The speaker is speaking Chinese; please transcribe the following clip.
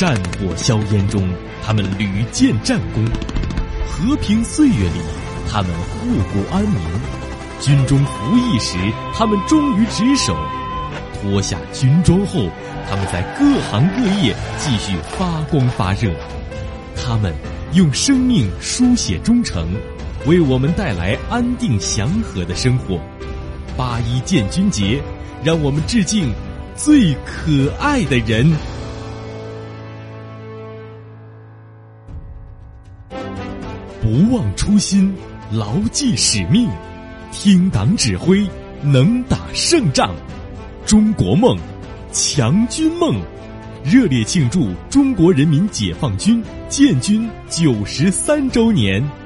战火硝烟中，他们屡建战功；和平岁月里，他们护国安民；军中服役时，他们忠于职守；脱下军装后，他们在各行各业继续发光发热。他们用生命书写忠诚，为我们带来安定祥和的生活。8·1建军节，让我们致敬最可爱的人。不忘初心，牢记使命，听党指挥，能打胜仗。中国梦，强军梦，热烈庆祝中国人民解放军建军93周年。